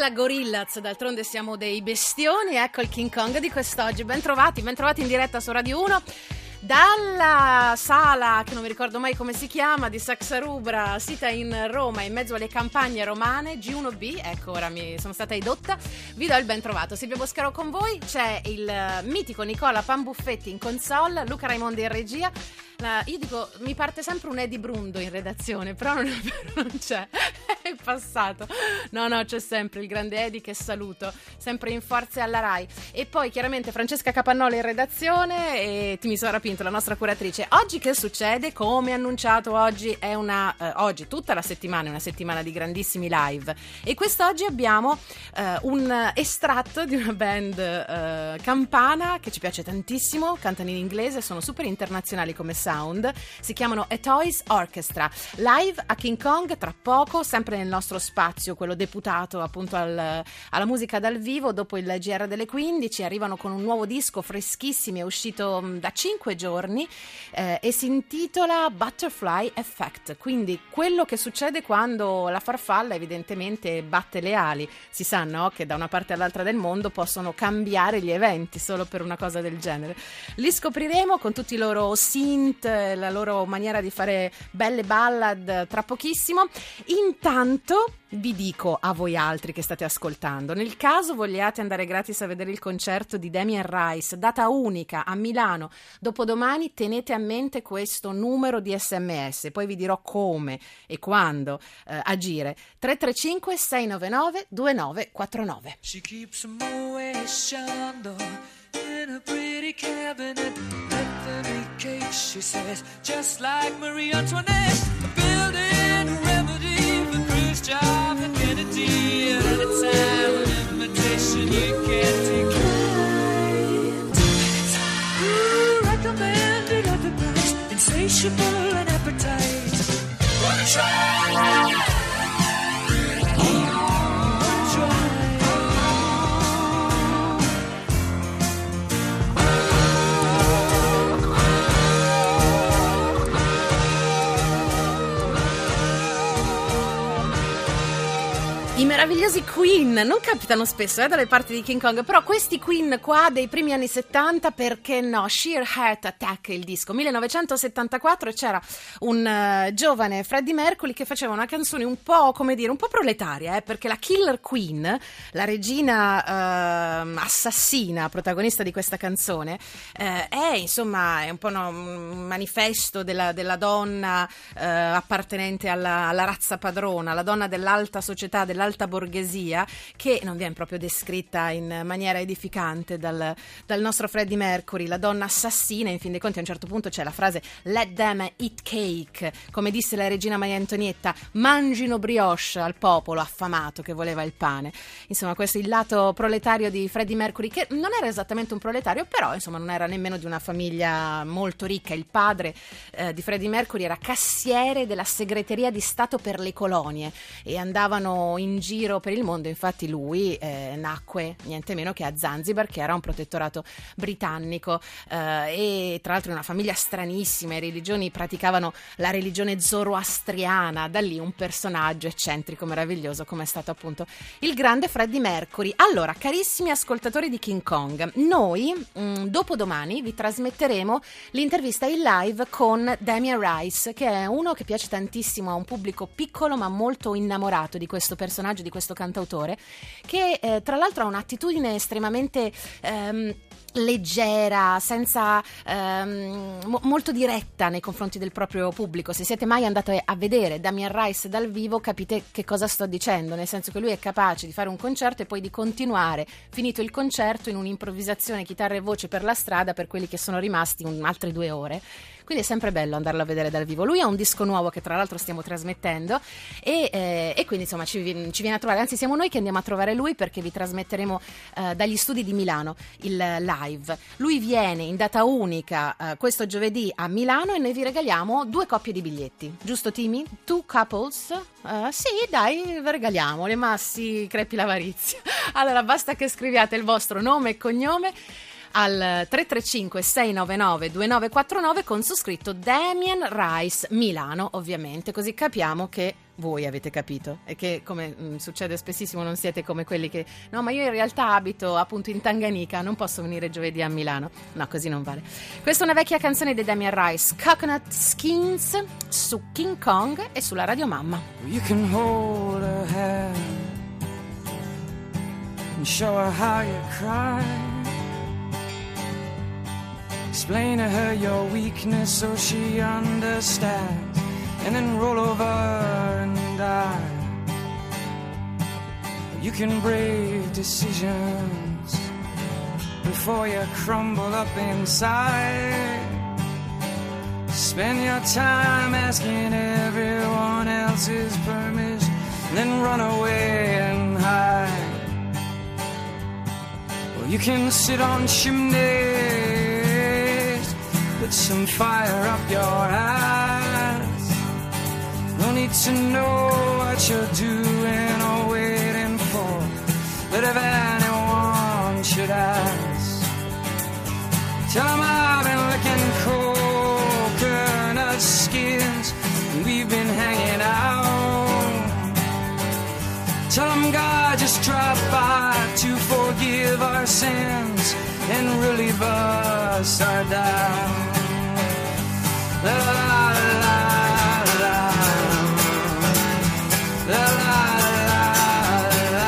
sigla Gorillaz, d'altronde siamo dei bestioni. Ecco il King Kong di quest'oggi. Bentrovati in diretta su Radio 1 dalla sala, che non mi ricordo mai come si chiama, di Saxa Rubra, sita in Roma, in mezzo alle campagne romane, G1B. Ecco, ora mi sono stata edotta. Vi do il ben trovato. Silvia Boscaro con voi, c'è il mitico Nicola Pambuffetti in console, Luca Raimondi in regia. Io dico, mi parte sempre un Eddie Brundo in redazione, però non c'è, è passato. No, c'è sempre il grande Eddie, che saluto, sempre in forze alla Rai. E poi chiaramente Francesca Capannola in redazione e Timisoara Pinto, la nostra curatrice. Oggi che succede? Come annunciato, oggi è oggi tutta la settimana è una settimana di grandissimi live, e quest'oggi abbiamo un estratto di una band campana che ci piace tantissimo, cantano in inglese, sono super internazionali come sound, si chiamano A Toys Orchestra, live a King Kong tra poco, sempre nel nostro spazio, quello deputato appunto alla musica dal vivo. Dopo il GR delle 15 arrivano con un nuovo disco freschissimo, è uscito da 5 giorni e si intitola Butterfly Effect, quindi quello che succede quando la farfalla evidentemente batte le ali. Si sa, no? Che da una parte all'altra del mondo possono cambiare gli eventi solo per una cosa del genere. Li scopriremo con tutti i loro synth, la loro maniera di fare belle ballad tra pochissimo. Intanto vi dico a voi altri che state ascoltando, nel caso vogliate andare gratis a vedere il concerto di Damien Rice, data unica a Milano dopodomani, tenete a mente questo numero di SMS, poi vi dirò come e quando agire. 335 699 2949. She keeps them always shined in a pretty cabinet. Let them eat cake, she says, just like Marie Antoinette. Building a remedy for Khrushchev and Kennedy. At any time, an invitation you can't decline. Recommended at the price, insatiable and appetite. Wanna try? I meravigliosi Queen non capitano spesso dalle parti di King Kong, però questi Queen qua dei primi anni 70, perché no? Sheer Heart Attack, il disco 1974, e c'era un giovane Freddie Mercury che faceva una canzone un po', come dire, un po' proletaria, perché la Killer Queen, la regina assassina protagonista di questa canzone, è insomma è un po' un manifesto della donna appartenente alla razza padrona, la donna dell'alta società, dell'alta borghesia, che non viene proprio descritta in maniera edificante dal nostro Freddie Mercury, la donna assassina. In fin dei conti a un certo punto c'è la frase let them eat cake, come disse la regina Maria Antonietta, mangino brioche al popolo affamato che voleva il pane. Insomma, questo è il lato proletario di Freddie Mercury, che non era esattamente un proletario, però insomma non era nemmeno di una famiglia molto ricca. Il padre di Freddie Mercury era cassiere della segreteria di Stato per le colonie e andavano in giro per il mondo. Infatti lui nacque niente meno che a Zanzibar, che era un protettorato britannico, e tra l'altro in una famiglia stranissima, i religioni praticavano la religione zoroastriana, da lì un personaggio eccentrico, meraviglioso, come è stato appunto il grande Freddie Mercury. Allora, carissimi ascoltatori di King Kong, noi dopodomani vi trasmetteremo l'intervista in live con Damien Rice, che è uno che piace tantissimo a un pubblico piccolo ma molto innamorato di questo personaggio, di questo cantautore, che tra l'altro ha un'attitudine estremamente leggera, senza molto diretta nei confronti del proprio pubblico. Se siete mai andati a vedere Damien Rice dal vivo capite che cosa sto dicendo, nel senso che lui è capace di fare un concerto e poi di continuare, finito il concerto, in un'improvvisazione chitarra e voce per la strada per quelli che sono rimasti altre 2 ore. Quindi è sempre bello andarlo a vedere dal vivo. Lui ha un disco nuovo che tra l'altro stiamo trasmettendo e quindi insomma ci viene a trovare, anzi siamo noi che andiamo a trovare lui, perché vi trasmetteremo dagli studi di Milano il live. Lui viene in data unica questo giovedì a Milano e noi vi regaliamo 2 coppie di biglietti, giusto Timi? 2 couples? Sì, dai, vi regaliamo, le massi crepi l'avarizia. Allora basta che scriviate il vostro nome e cognome al 335 699 2949 con su scritto Damien Rice Milano, ovviamente, così capiamo che voi avete capito, e che come succede spessissimo non siete come quelli che no, ma io in realtà abito appunto in Tanganica, non posso venire giovedì a Milano. No, così non vale. Questa è una vecchia canzone di Damien Rice, Coconut Skins, su King Kong e sulla Radio Mamma. You can hold her hand and show her how you cry. Explain to her your weakness so she understands, and then roll over and die. You can brave decisions before you crumble up inside. Spend your time asking everyone else's permission, then run away and hide. Well, you can sit on chimneys, put some fire up your ass. No need to know what you're doing or waiting for, but if anyone should ask, tell them I've been licking coconut skins and we've been hanging out. Tell them God just dropped by to forgive our sins and relieve us our down. La la la la, la la la,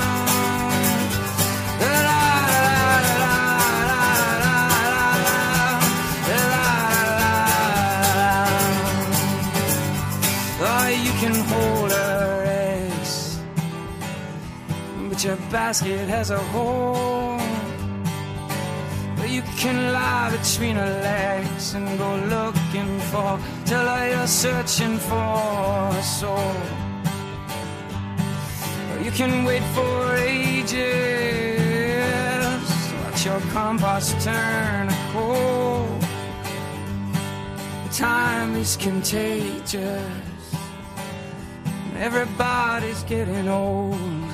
oh, you can hold her eggs, but your basket has a hole. You can lie between her legs and go looking for, tell her you're searching for a soul. Or you can wait for ages, watch your compost turn cold. Time is contagious, and everybody's getting old.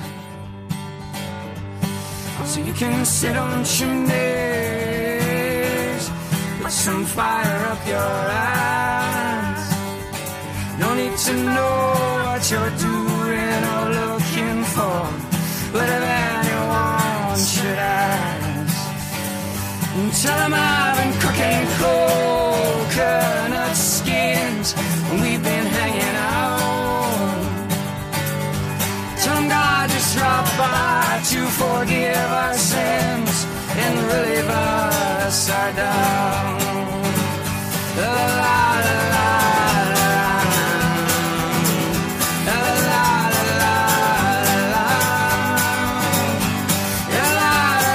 So you can sit on chimneys, put some fire up your ass. No need to know what you're doing or looking for, but if anyone should ask, tell them I've been cooking coconut skins and we've been hanging out. Tell them God just dropped by to forgive our sins and relieve us our down. La la la la, la la la la, la la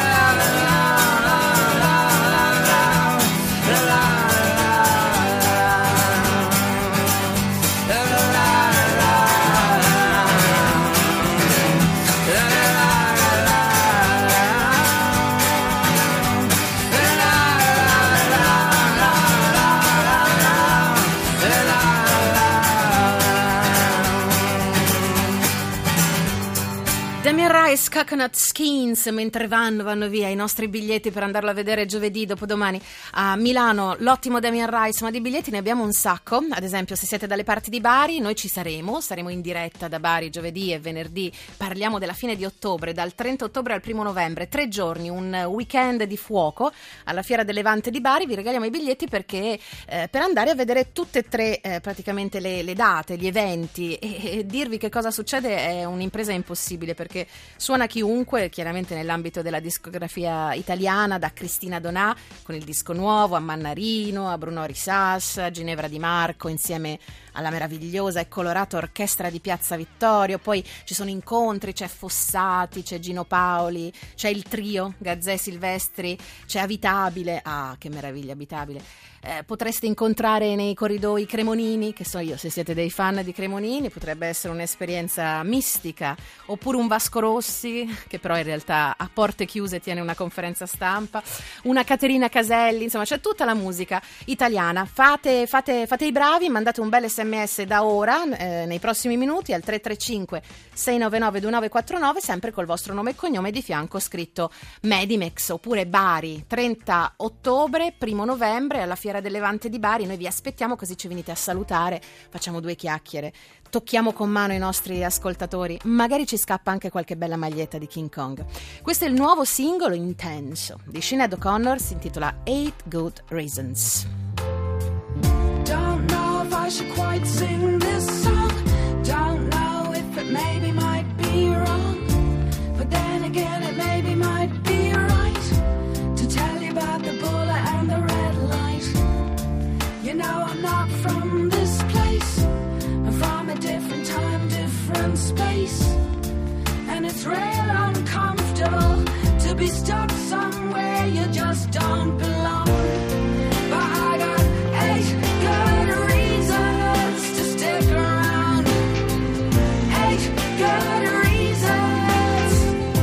Damien Rice, Coconut Skins, mentre vanno via i nostri biglietti per andarlo a vedere giovedì, dopodomani a Milano, l'ottimo Damien Rice, ma di biglietti ne abbiamo un sacco. Ad esempio, se siete dalle parti di Bari, noi ci saremo in diretta da Bari giovedì e venerdì. Parliamo della fine di ottobre, dal 30 ottobre al 1 novembre, 3 giorni, un weekend di fuoco alla Fiera del Levante di Bari. Vi regaliamo i biglietti perché per andare a vedere tutte e tre praticamente le date, gli eventi, e dirvi che cosa succede è un'impresa impossibile, perché suona chiunque, chiaramente nell'ambito della discografia italiana, da Cristina Donà con il disco nuovo, a Mannarino, a Bruno Risas, a Ginevra Di Marco, insieme alla meravigliosa e colorata orchestra di Piazza Vittorio. Poi ci sono incontri, c'è Fossati, c'è Gino Paoli, c'è il trio Gazzè Silvestri, c'è Abitabile, ah che meraviglia Abitabile. Potreste incontrare nei corridoi Cremonini, che so io, se siete dei fan di Cremonini potrebbe essere un'esperienza mistica, oppure un Vasco Rossi, che però in realtà a porte chiuse tiene una conferenza stampa, una Caterina Caselli, insomma c'è tutta la musica italiana. Fate i bravi, mandate un bel SMS da ora, nei prossimi minuti, al 335 699 2949, sempre col vostro nome e cognome di fianco scritto Medimex, oppure Bari, 30 ottobre, 1 novembre alla Fiera del Levante di Bari. Noi vi aspettiamo, così ci venite a salutare, facciamo 2 chiacchiere tocchiamo con mano i nostri ascoltatori, magari ci scappa anche qualche bella maglietta di King Kong. Questo è il nuovo singolo intenso di Sinead O'Connor, si intitola 8 Good Reasons. Don't know if I should quite sing this song. Don't know if it maybe might be wrong. But then again it maybe might be right to tell you about the bullet and the red light. You know I'm not from this place, I'm from a different time, different space. And it's real uncomfortable to be stuck somewhere you just don't belong. But I got 8 good reasons to stick around. 8 good reasons.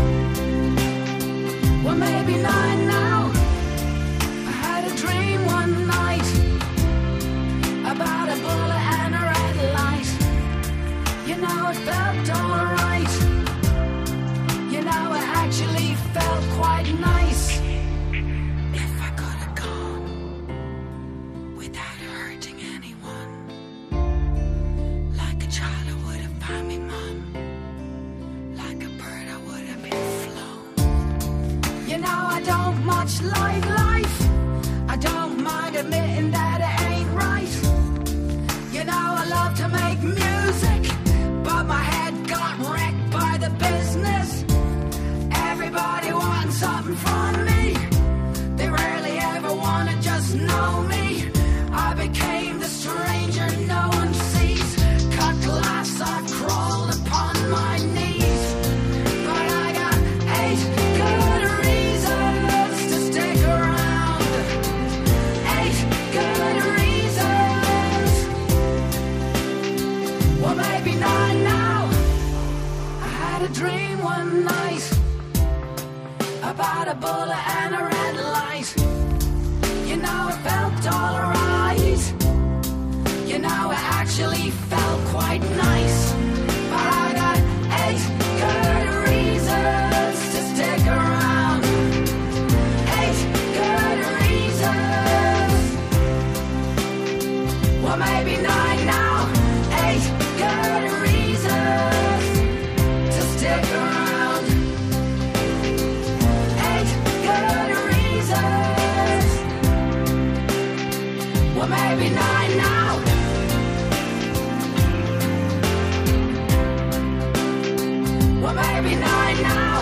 Well, maybe 9 now. I had a dream one night about a bullet and a red light. You know, it felt alright. You know, it actually felt quite nice. If I could have gone without hurting anyone, like a child I would have found me mum, like a bird I would have been flown. You know, I don't much like life. I don't mind admitting that it ain't right. You know, I love to make music, but my head got wrecked by the business. Everybody wants something from me. They rarely ever want to just know me. I became the stranger no one sees. Cut glass, I've crawled upon my knees. But I got 8 good reasons to stick around. 8 good reasons. Well, maybe 9 now. I had a dream one night about a bullet and a red light. You know, it felt alright. You know, it actually felt quite nice. But I got 8 good reasons to stick around. 8 good reasons. Well, maybe 9 now. 8 good reasons to stick around. 8 good reasons. Well, maybe 9 now. Well, maybe 9 now.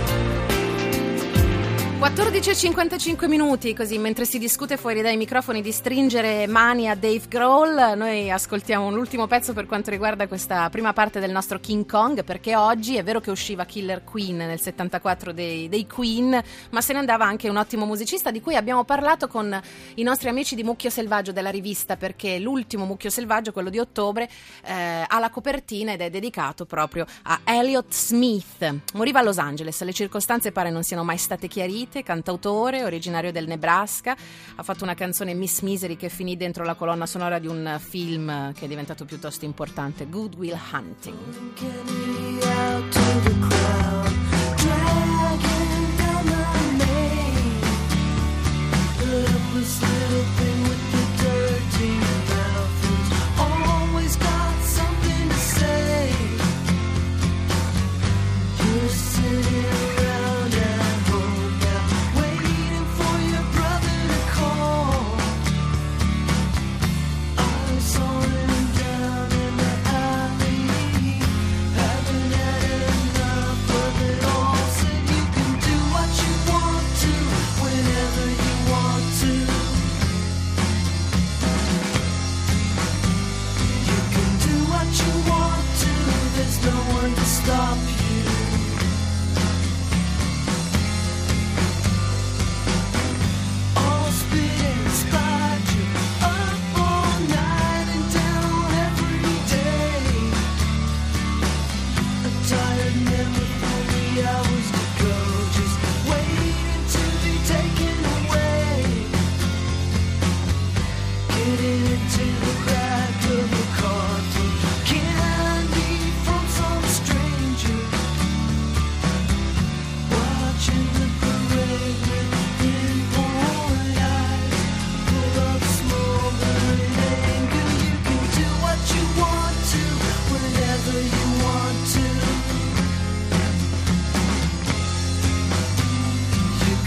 14:55 minuti, così mentre si discute fuori dai microfoni di stringere mani a Dave Grohl, noi ascoltiamo l'ultimo pezzo per quanto riguarda questa prima parte del nostro King Kong, perché oggi è vero che usciva Killer Queen nel 74 dei Queen, ma se ne andava anche un ottimo musicista di cui abbiamo parlato con i nostri amici di Mucchio Selvaggio della rivista, perché l'ultimo Mucchio Selvaggio, quello di ottobre, ha la copertina ed è dedicato proprio a Elliott Smith. Moriva a Los Angeles, le circostanze pare non siano mai state chiarite. Cantautore, originario del Nebraska, ha fatto una canzone Miss Misery che finì dentro la colonna sonora di un film che è diventato piuttosto importante, Good Will Hunting.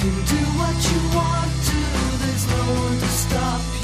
can do what you want to, there's no one to stop you.